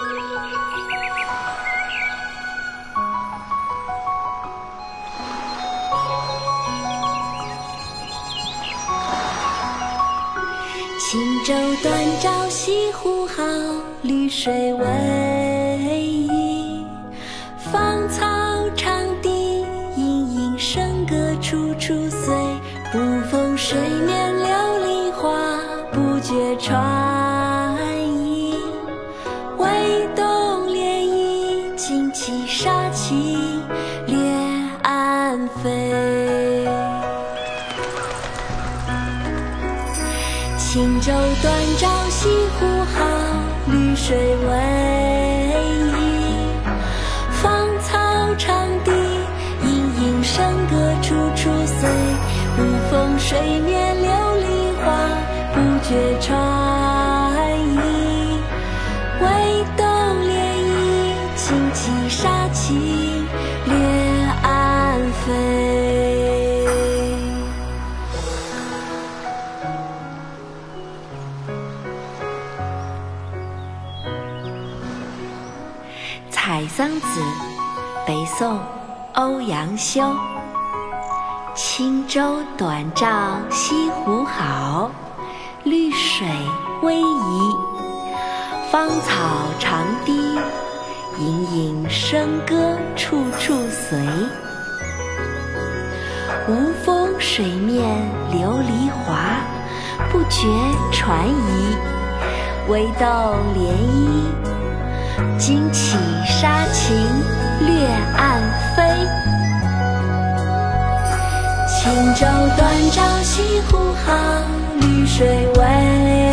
轻舟短棹西湖好，绿水逶迤。芳草长堤，隐隐笙歌处处随。无风水面琉璃花，不觉传意。微动涟漪，惊起杀气，裂岸飞。轻舟短棹西湖好，绿水逶迤。芳草长堤，隐隐笙歌处处随。无风水面琉璃花，不觉传意。微动涟漪，惊起杀气，裂岸飞。《采桑子》北宋欧阳修。轻舟短棹西湖好，绿水逶迤。芳草长堤，隐隐笙歌处处随。无风水面琉璃华，不觉传意。微动涟漪，惊起杀情，掠岸飞。轻舟短棹西湖好，绿水逶